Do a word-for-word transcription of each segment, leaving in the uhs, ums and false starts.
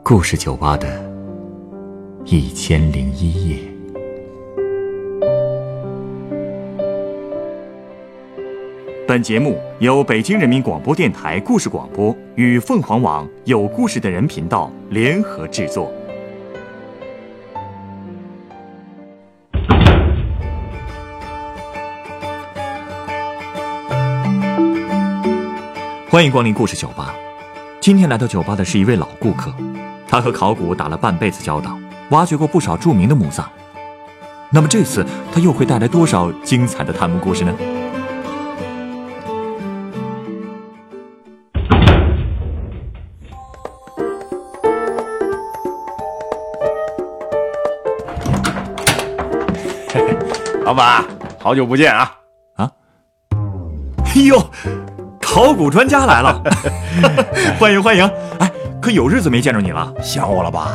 故事酒吧的一千零一夜。本节目由北京人民广播电台故事广播与凤凰网有故事的人频道联合制作。欢迎光临故事酒吧。今天来到酒吧的是一位老顾客，他和考古打了半辈子交道，挖掘过不少著名的墓葬。那么这次他又会带来多少精彩的探墓故事呢？ 老板，好久不见啊！ 啊！哎呦，考古专家来了，欢迎欢迎！哎，可有日子没见着你了， 想我了吧？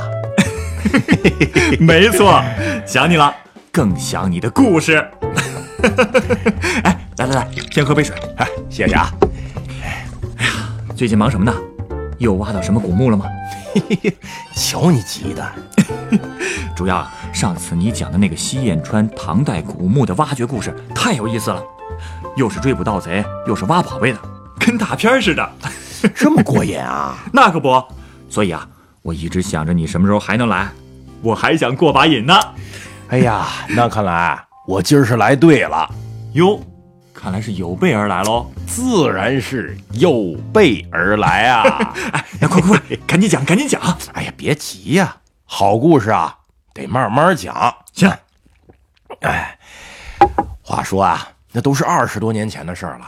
没错，想你了，更想你的故事。哎，来来来，先喝杯水。 哎，谢谢啊。 哎呀，最近忙什么呢？又挖到什么古墓了吗？ 瞧你急的。 主要啊，上次你讲的那个西燕川唐代古墓的挖掘故事太有意思了，又是追捕盗贼，又是挖宝贝的，跟大片似的。 这么过瘾啊？ 那可不。所以啊，我一直想着你什么时候还能来，我还想过把瘾呢。 哎呀，那看来我今儿是来对了。 哟，看来是有备而来喽。 自然是有备而来啊。 哎，快快快，赶紧讲赶紧讲。 哎呀，别急呀，好故事啊得慢慢讲。 行。 哎，话说啊，那都是二十多年前的事儿了。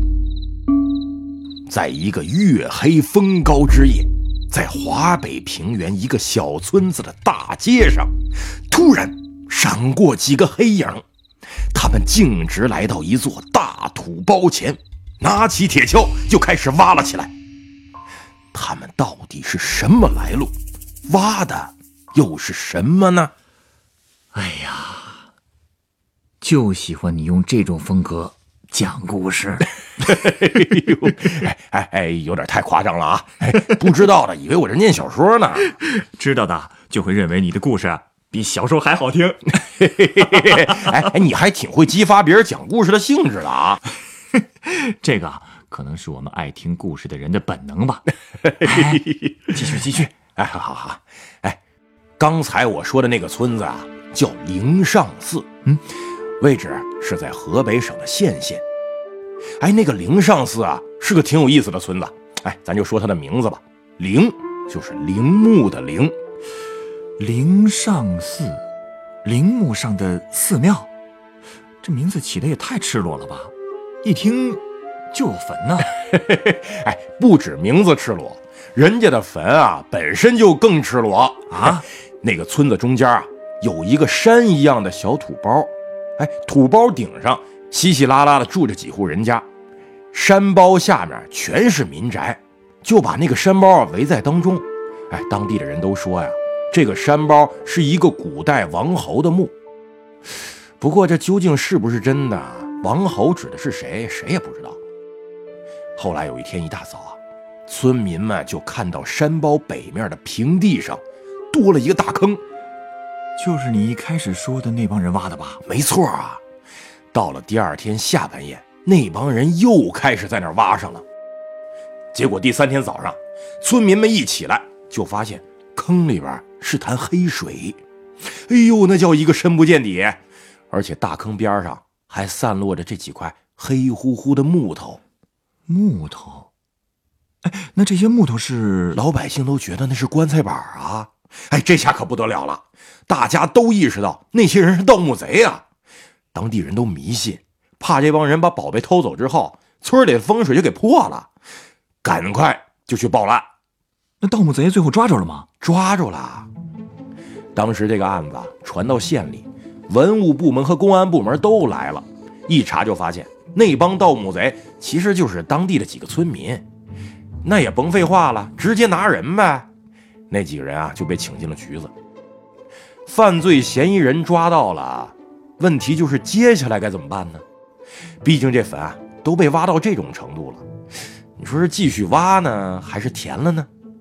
在一个月黑风高之夜，在华北平原一个小村子的大街上，突然闪过几个黑影，他们径直来到一座大土包前，拿起铁锹就开始挖了起来。他们到底是什么来路？挖的又是什么呢？ 哎呀，就喜欢你用这种风格讲故事。 哎哎哎，有点太夸张了啊！哎，不知道的以为我这念小说呢， 知道的就会认为你的故事比小说还好听。 哎哎，你还挺会激发别人讲故事的兴致的啊！ 这个可能是我们爱听故事的人的本能吧。哎，继续继续。 哎，好好好。哎，刚才我说的那个村子啊，叫灵上寺， 嗯， 位置是在河北省的献县。哎，那个灵上寺啊，是个挺有意思的村子。哎，咱就说它的名字吧，陵就是陵墓的陵。 灵上寺，陵墓上的寺庙，这名字起的也太赤裸了吧，一听就有坟呢。 哎，不止名字赤裸，人家的坟啊本身就更赤裸啊。那个村子中间啊有一个山一样的小土包，哎，土包顶上稀稀拉拉的住着几户人家，山包下面全是民宅，就把那个山包啊围在当中。哎，当地的人都说呀，这个山包是一个古代王侯的墓。不过这究竟是不是真的，王侯指的是谁，谁也不知道。后来有一天一大早啊，村民们就看到山包北面的平地上多了一个大坑。 就是你一开始说的那帮人挖的吧？ 没错啊。到了第二天下半夜，那帮人又开始在那儿挖上了。结果第三天早上，村民们一起来就发现坑里边是潭黑水。哎呦，那叫一个深不见底。而且大坑边上还散落着这几块黑乎乎的木头。 木头？哎，那这些木头是？ 老百姓都觉得那是棺材板啊。哎，这下可不得了了，大家都意识到那些人是盗墓贼啊。当地人都迷信，怕这帮人把宝贝偷走之后，村里的风水就给破了，赶快就去报案。 那盗墓贼最后抓着了吗？ 抓住了。当时这个案子传到县里，文物部门和公安部门都来了，一查就发现那帮盗墓贼其实就是当地的几个村民。那也甭废话了，直接拿人呗。那几个人啊就被请进了局子。犯罪嫌疑人抓到了，问题就是接下来该怎么办呢？毕竟这坟啊都被挖到这种程度了，你说是继续挖呢，还是填了呢？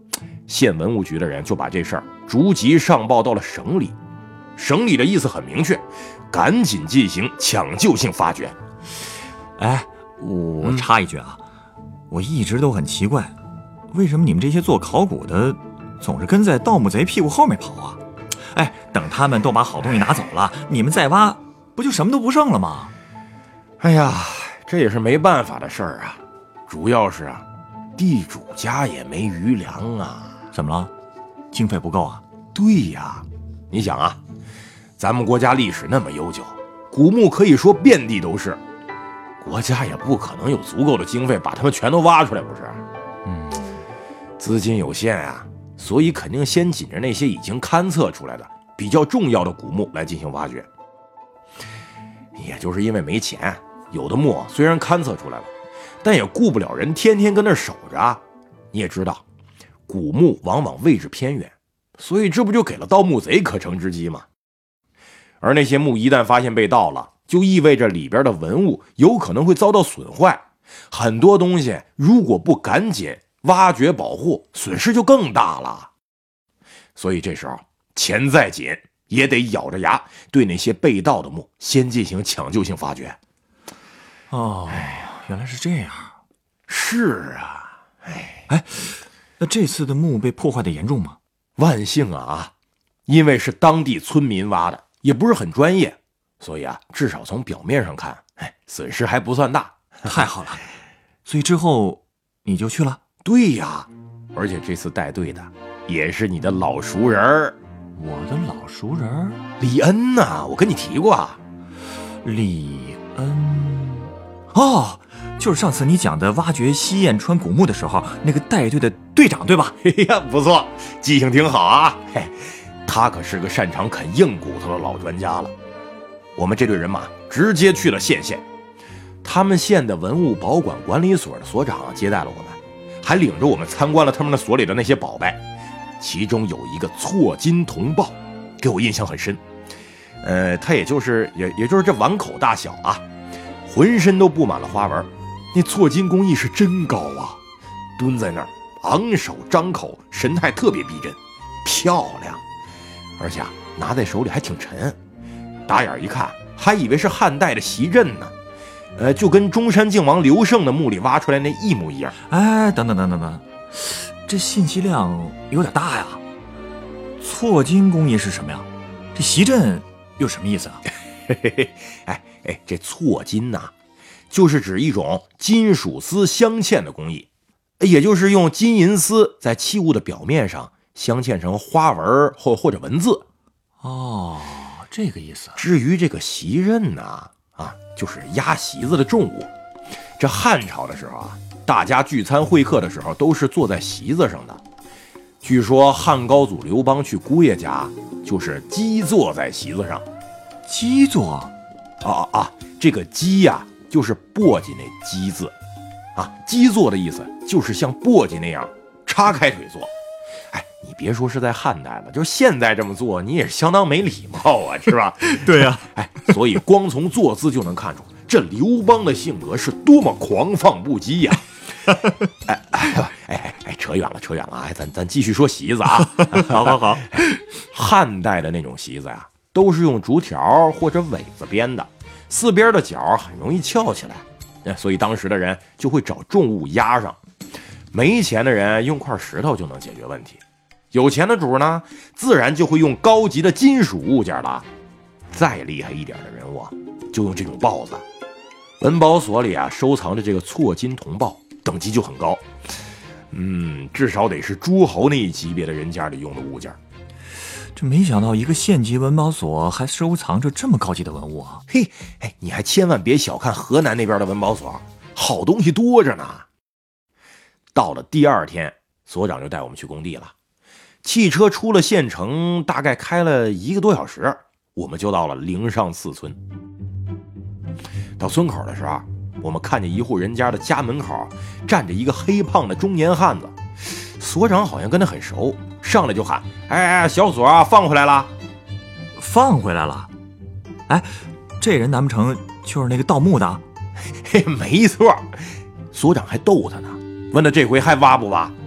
县文物局的人就把这事儿逐级上报到了省里。省里的意思很明确，赶紧进行抢救性发掘。 哎，我插一句啊，嗯、我一直都很奇怪，为什么你们这些做考古的总是跟在盗墓贼屁股后面跑啊？哎，等他们都把好东西拿走了，你们再挖，不就什么都不剩了吗？ 哎呀，这也是没办法的事儿啊，主要是啊，地主家也没余粮啊。 怎么了？经费不够啊？ 对呀，你想啊，咱们国家历史那么悠久，古墓可以说遍地都是，国家也不可能有足够的经费把它们全都挖出来，不是？ 嗯， 资金有限啊，所以肯定先紧着那些已经勘测出来的比较重要的古墓来进行挖掘。也就是因为没钱，有的墓虽然勘测出来了，但也顾不了人天天跟那守着啊。你也知道，古墓往往位置偏远，所以这不就给了盗墓贼可乘之机吗？而那些墓一旦发现被盗了，就意味着里边的文物有可能会遭到损坏，很多东西如果不赶紧挖掘保护，损失就更大了。所以这时候钱再紧也得咬着牙对那些被盗的墓先进行抢救性发掘。 哦，哎呀，原来是这样。 是啊，哎哎，那这次的墓被破坏的严重吗？ 万幸啊，因为是当地村民挖的，也不是很专业，所以啊，至少从表面上看，哎，损失还不算大。 太好了，所以之后你就去了？ 对呀，而且这次带队的也是你的老熟人儿。 我的老熟人李恩呐、啊，我跟你提过啊。 李恩，哦，就是上次你讲的挖掘西燕川古墓的时候，那个带队的队长对吧？ 嘿呀，不错，记性挺好啊。嘿，他可是个擅长啃硬骨头的老专家了。我们这队人马直接去了县县，他们县的文物保管管理所的所长接待了我们，还领着我们参观了他们的所里的那些宝贝。其中有一个错金铜豹，给我印象很深。呃，它也就是也也就是这碗口大小啊，浑身都布满了花纹。那错金工艺是真高啊！蹲在那儿，昂首张口，神态特别逼真，漂亮。而且啊，拿在手里还挺沉，打眼一看，还以为是汉代的席镇呢。呃，就跟中山靖王刘胜的墓里挖出来那一模一样。 哎，等等等等等。这信息量有点大呀！错金工艺是什么呀？这席镇又什么意思啊？ 嘿嘿嘿，哎哎，这错金呐、啊，就是指一种金属丝镶嵌的工艺，也就是用金银丝在器物的表面上镶嵌成花纹或或者文字。 哦，这个意思。 至于这个席刃呢、啊，啊，就是压席子的重物。这汉朝的时候啊，大家聚餐会客的时候都是坐在席子上的。据说汉高祖刘邦去姑爷家，就是基坐在席子上。 基坐？ 啊啊，这个基呀、啊，就是簸箕那基字，啊，基坐的意思就是像簸箕那样叉开腿坐。哎，你别说是在汉代了，就现在这么做，你也是相当没礼貌啊，是吧？ 对呀、 啊，哎，所以光从坐姿就能看出。这刘邦的性格是多么狂放不羁呀、啊！哎哎哎哎，扯远了，扯远了！哎，咱咱继续说席子啊！ 好好好， 汉代的那种席子呀、啊，都是用竹条或者苇子编的，四边的角很容易翘起来，所以当时的人就会找重物压上。没钱的人用块石头就能解决问题，有钱的主呢，自然就会用高级的金属物件了。再厉害一点的人物啊，就用这种豹子。文保所里啊，收藏着这个错金铜豹，等级就很高，嗯，至少得是诸侯那一级别的人家里用的物件。 这没想到一个县级文保所还收藏着这么高级的文物啊！ 嘿，哎，你还千万别小看河南那边的文保所，好东西多着呢。到了第二天，所长就带我们去工地了。汽车出了县城，大概开了一个多小时，我们就到了灵上寺村。到村口的时候，我们看见一户人家的家门口站着一个黑胖的中年汉子，所长好像跟他很熟，上来就喊：“哎，小所啊，放回来了， 放回来了。”哎，这人难不成就是那个盗墓的？ 嘿，没错。所长还逗他呢，问他这回还挖不挖？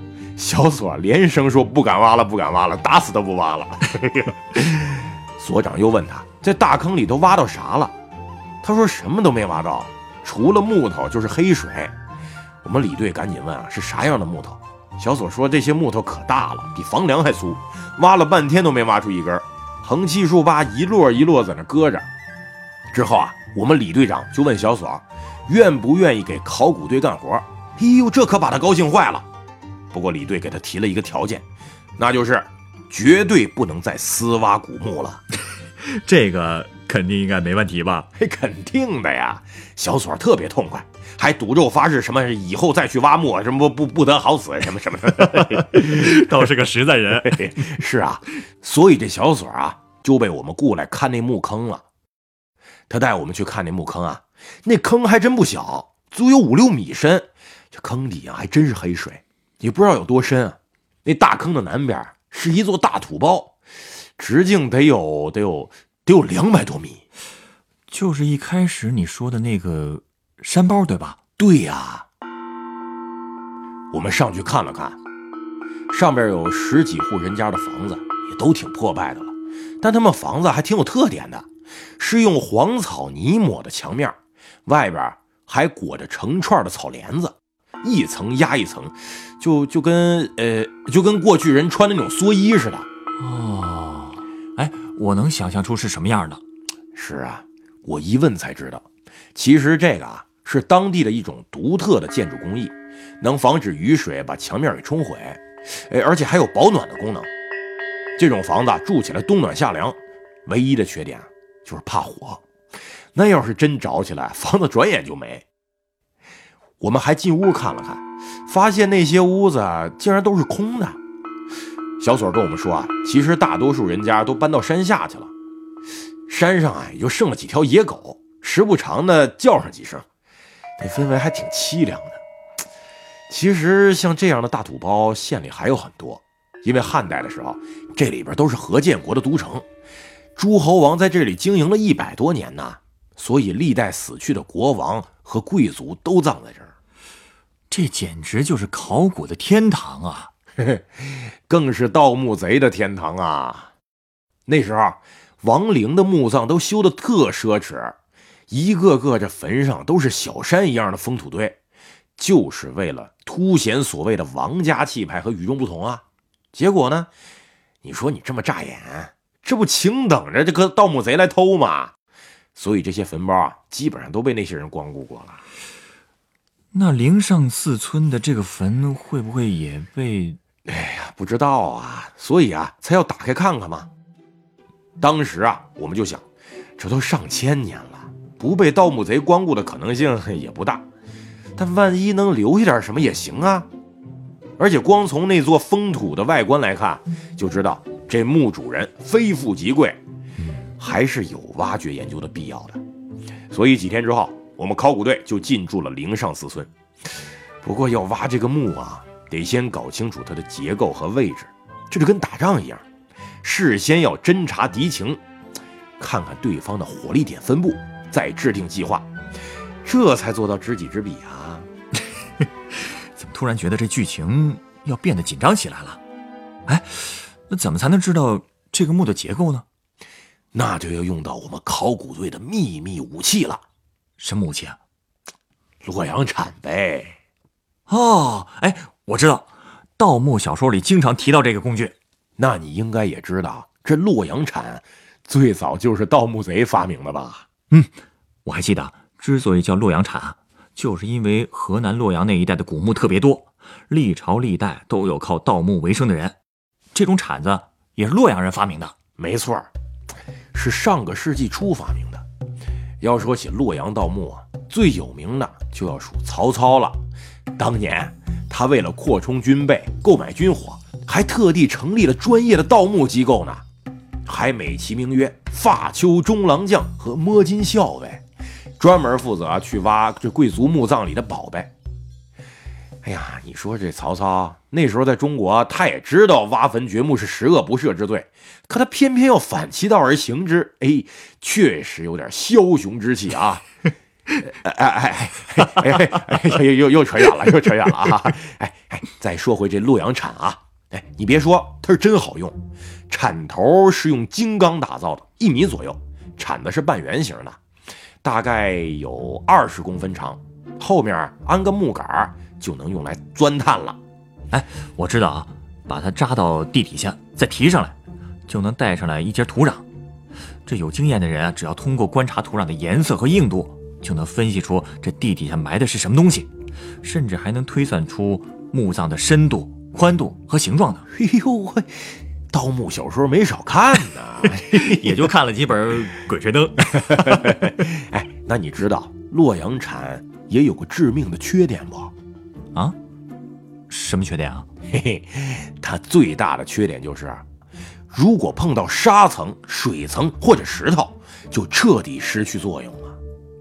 小所连声说不敢挖了，不敢挖了，打死都不挖了。所长又问他，这大坑里都挖到啥了？他说什么都没挖到，除了木头就是黑水。我们李队赶紧问啊，是啥样的木头？小所说这些木头可大了，比房梁还粗，挖了半天都没挖出一根，横七竖八一摞一摞在那搁着。之后啊，我们李队长就问小所愿不愿意给考古队干活。哎呦，这可把他高兴坏了。不过李队给他提了一个条件，那就是绝对不能再私挖古墓了。 这个肯定应该没问题吧？ 肯定的呀。小所特别痛快，还赌咒发誓什么以后再去挖墓什么不不得好死什么什么的。 倒是个实在人。 是啊，所以这小所啊就被我们雇来看那墓坑了。他带我们去看那墓坑啊，那坑还真不小，足有五六米深。这坑底啊还真是黑水，也不知道有多深啊。那大坑的南边是一座大土包，直径得有得有得有两百多米。 就是一开始你说的那个山包对吧？ 对呀。我们上去看了看，上边有十几户人家的房子，也都挺破败的了，但他们房子还挺有特点的，是用黄草泥抹的墙面，外边还裹着成串的草帘子，一层压一层，就就跟呃就跟过去人穿的那种蓑衣似的。 哦，哎，我能想象出是什么样的。 是啊，我一问才知道，其实这个啊是当地的一种独特的建筑工艺，能防止雨水把墙面给冲毁，哎，而且还有保暖的功能。这种房子住起来冬暖夏凉，唯一的缺点就是怕火。那要是真着起来，房子转眼就没。我们还进屋看了看，发现那些屋子竟然都是空的。小所跟我们说啊，其实大多数人家都搬到山下去了，山上啊也就剩了几条野狗，时不常的叫上几声，那氛围还挺凄凉的。其实像这样的大土包，县里还有很多，因为汉代的时候，这里边都是何建国的都城，诸侯王在这里经营了一百多年呢，所以历代死去的国王和贵族都葬在这儿。 这简直就是考古的天堂啊！ 更是盗墓贼的天堂啊！那时候亡灵的墓葬都修得特奢侈，一个个这坟上都是小山一样的封土堆，就是为了凸显所谓的王家气派和与众不同啊。结果呢，你说你这么乍眼，这不请等着这个盗墓贼来偷吗？所以这些坟包啊，基本上都被那些人光顾过了。 那灵上寺村的这个坟会不会也被…… 哎呀，不知道啊，所以啊，才要打开看看嘛。当时啊，我们就想，这都上千年了，不被盗墓贼光顾的可能性也不大，但万一能留下点什么也行啊。而且光从那座封土的外观来看，就知道这墓主人非富即贵，还是有挖掘研究的必要的。所以几天之后，我们考古队就进驻了灵上寺村。不过要挖这个墓啊，得先搞清楚它的结构和位置，这就跟打仗一样，事先要侦察敌情，看看对方的火力点分布，再制定计划，这才做到知己知彼啊。 怎么突然觉得这剧情要变得紧张起来了？哎，那怎么才能知道这个墓的结构呢？ 那就要用到我们考古队的秘密武器了。 什么武器啊？ 洛阳铲呗。 哦，哎，我知道，盗墓小说里经常提到这个工具。 那你应该也知道，这洛阳铲最早就是盗墓贼发明的吧？ 嗯，我还记得，之所以叫洛阳铲，就是因为河南洛阳那一带的古墓特别多，历朝历代都有靠盗墓为生的人。这种铲子也是洛阳人发明的。 没错，是上个世纪初发明的。要说起洛阳盗墓啊，最有名的就要数曹操了。当年他为了扩充军备，购买军火，还特地成立了专业的盗墓机构呢，还美其名曰发丘中郎将和摸金校尉，专门负责去挖这贵族墓葬里的宝贝。哎呀，你说这曹操那时候在中国，他也知道挖坟掘墓是十恶不赦之罪，可他偏偏要反其道而行之，哎，确实有点枭雄之气啊。 哎哎哎哎哎，又又又扯远了，又扯远了啊！哎哎，再说回这洛阳铲啊，哎，你别说，它是真好用。铲头是用金刚打造的，一米左右，铲子是半圆形的，大概有二十公分长，后面安个木杆就能用来钻炭了。 哎，我知道啊，把它扎到地底下，再提上来，就能带上来一截土壤。这有经验的人啊，只要通过观察土壤的颜色和硬度，就能分析出这地底下埋的是什么东西，甚至还能推算出墓葬的深度、宽度和形状的。 哎呦喂，盗墓小说没少看呢， 也就看了几本《鬼吹灯》。 哎，那你知道洛阳铲也有个致命的缺点不？ 啊？什么缺点啊？ 嘿嘿，它最大的缺点就是，如果碰到沙层、水层或者石头，就彻底失去作用了。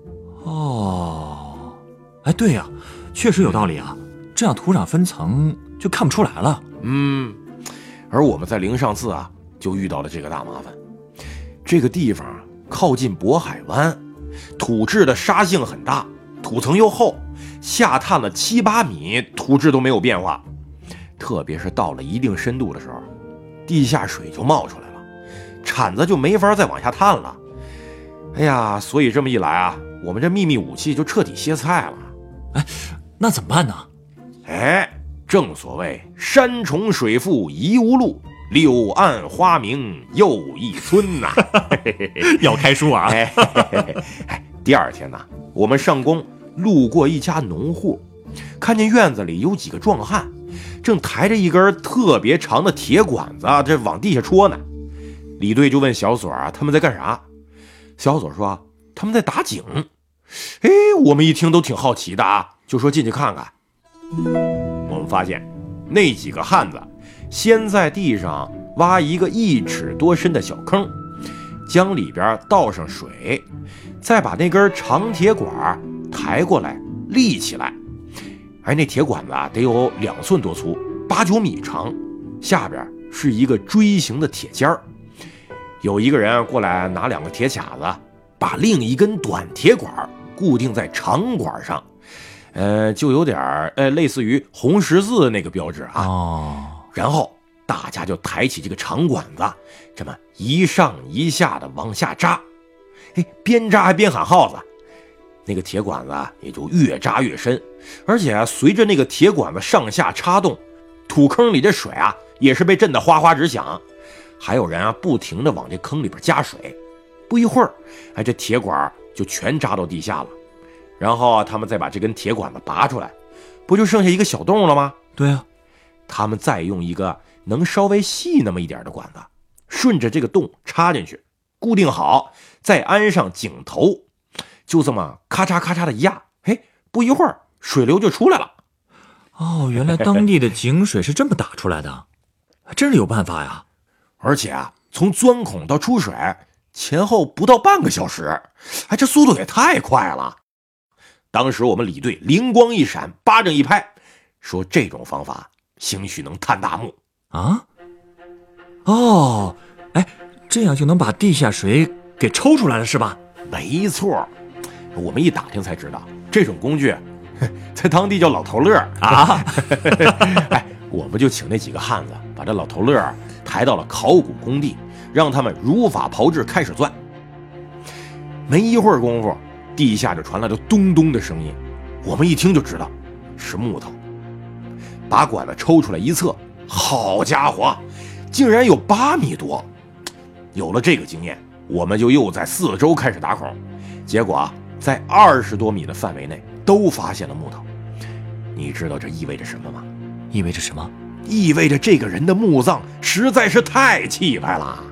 哦，哎，对呀、啊，确实有道理啊。这样土壤分层就看不出来了。 嗯，而我们在灵上寺啊，就遇到了这个大麻烦。这个地方靠近渤海湾，土质的沙性很大，土层又厚，下探了七八米，土质都没有变化。特别是到了一定深度的时候，地下水就冒出来了，铲子就没法再往下探了。哎呀，所以这么一来啊，我们这秘密武器就彻底歇菜了。 哎，那怎么办呢？ 哎，正所谓山重水复疑无路，柳暗花明又一村呐、啊。 要开书啊！ 哎，哎，第二天呢，我们上工路过一家农户，看见院子里有几个壮汉，正抬着一根特别长的铁管子，这往地下戳呢。李队就问小左啊，他们在干啥？小左说他们在打井。哎，我们一听都挺好奇的啊，就说进去看看。我们发现那几个汉子先在地上挖一个一尺多深的小坑，将里边倒上水，再把那根长铁管抬过来立起来。哎，那铁管子啊得有两寸多粗，八九米长，下边是一个锥形的铁尖儿。有一个人过来拿两个铁卡子，把另一根短铁管固定在长管上，呃，就有点呃类似于红十字那个标志啊。 哦， 然后大家就抬起这个长管子，这么一上一下的往下扎，哎，边扎还边喊号子。那个铁管子也就越扎越深，而且啊，随着那个铁管子上下插动，土坑里的水啊也是被震得哗哗直响。还有人啊不停的往这坑里边加水，不一会儿，哎，这铁管就全扎到地下了。然后啊，他们再把这根铁管子拔出来，不就剩下一个小洞了吗？ 对啊， 他们再用一个能稍微细那么一点的管子，顺着这个洞插进去，固定好，再安上井头，就这么咔嚓咔嚓的压，嘿，不一会儿水流就出来了。 哦，原来当地的井水是这么打出来的，真是有办法呀！ 而且啊，从钻孔到出水前后不到半个小时，哎，这速度也太快了。当时我们李队灵光一闪，巴掌一拍，说这种方法兴许能探大墓啊！哦，哎，这样就能把地下水给抽出来了是吧？ 没错，我们一打听才知道，这种工具在当地叫老头乐啊。 哎，我们就请那几个汉子把这老头乐抬到了考古工地，让他们如法炮制开始钻。没一会儿功夫，地下就传来了咚咚的声音，我们一听就知道是木头。把管子抽出来一测，好家伙，竟然有八米多。有了这个经验，我们就又在四周开始打孔，结果啊，在二十多米的范围内都发现了木头。你知道这意味着什么吗？ 意味着什么？ 意味着这个人的墓葬实在是太气派了。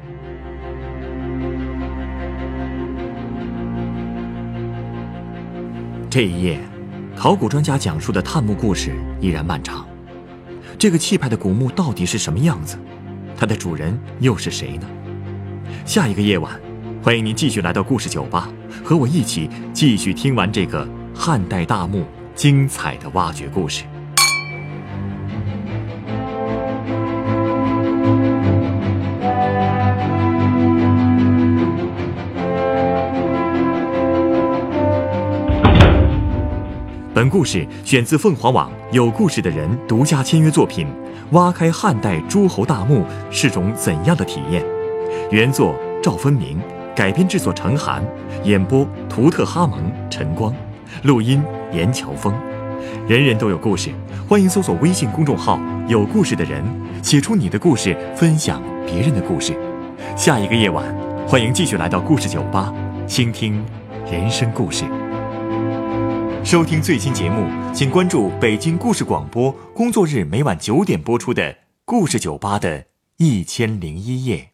这一夜，考古专家讲述的探墓故事依然漫长。这个气派的古墓到底是什么样子？它的主人又是谁呢？下一个夜晚，欢迎您继续来到故事酒吧，和我一起继续听完这个汉代大墓精彩的挖掘故事。 本故事选自凤凰网有故事的人独家签约作品《挖开汉代诸侯大墓是种怎样的体验》，原作赵分明，改编制作陈寒，演播图特哈蒙、陈光，录音严乔峰。人人都有故事，欢迎搜索微信公众号有故事的人，写出你的故事，分享别人的故事。下一个夜晚，欢迎继续来到故事酒吧，倾听人生故事。收听最新节目，请关注北京故事广播，工作日每晚九点播出的故事酒吧的一千零一夜。